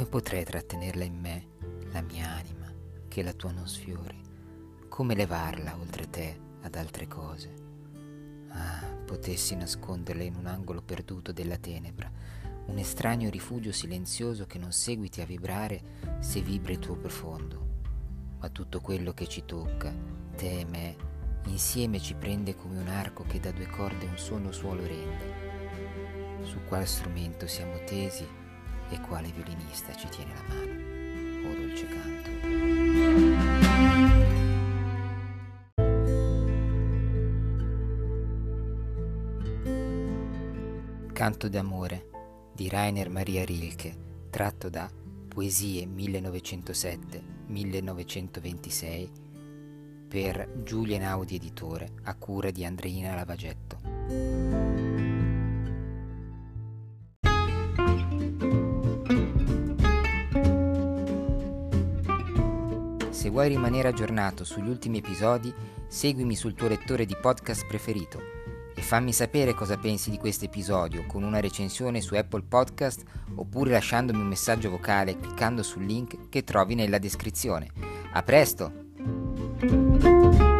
Come potrei trattenerla in me, la mia anima, che la tua non sfiori? Come levarla oltre te ad altre cose? Ah, potessi nasconderla in un angolo perduto della tenebra, un estraneo rifugio silenzioso che non seguiti a vibrare se vibra il tuo profondo. Ma tutto quello che ci tocca, te e me, insieme ci prende come un arco che da due corde un solo suolo rende. Su quale strumento siamo tesi e quale violinista ci tiene la mano? Oh dolce canto. Canto d'amore di Rainer Maria Rilke, tratto da Poesie 1907-1926 per Giulia Einaudi Editore, a cura di Andreina Lavagetto. Se vuoi rimanere aggiornato sugli ultimi episodi, seguimi sul tuo lettore di podcast preferito e fammi sapere cosa pensi di questo episodio con una recensione su Apple Podcast oppure lasciandomi un messaggio vocale cliccando sul link che trovi nella descrizione. A presto!